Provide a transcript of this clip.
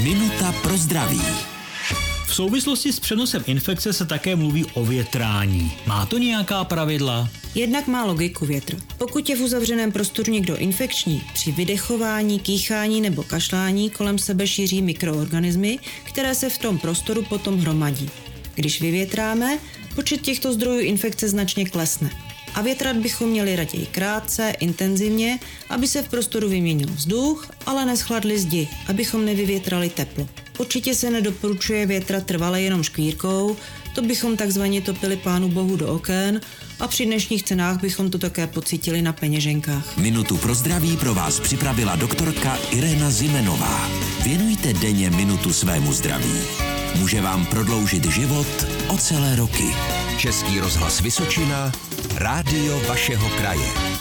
Minuta pro zdraví. V souvislosti s přenosem infekce se také mluví o větrání. Má to nějaká pravidla? Jednak má logiku větr. Pokud je v uzavřeném prostoru někdo infekční, při vydechování, kýchání nebo kašlání kolem sebe šíří mikroorganismy, které se v tom prostoru potom hromadí. Když vyvětráme, počet těchto zdrojů infekce značně klesne. A větrat bychom měli raději krátce, intenzivně, aby se v prostoru vyměnil vzduch, ale neschladly zdi, abychom nevyvětrali teplo. Určitě se nedoporučuje větrat trvale jenom škvírkou, to bychom takzvaně topili Pánu Bohu do oken a při dnešních cenách bychom to také pocítili na peněženkách. Minutu pro zdraví pro vás připravila doktorka Irena Zimenová. Věnujte denně minutu svému zdraví. Může vám prodloužit život o celé roky. Český rozhlas Vysočina, rádio vašeho kraje.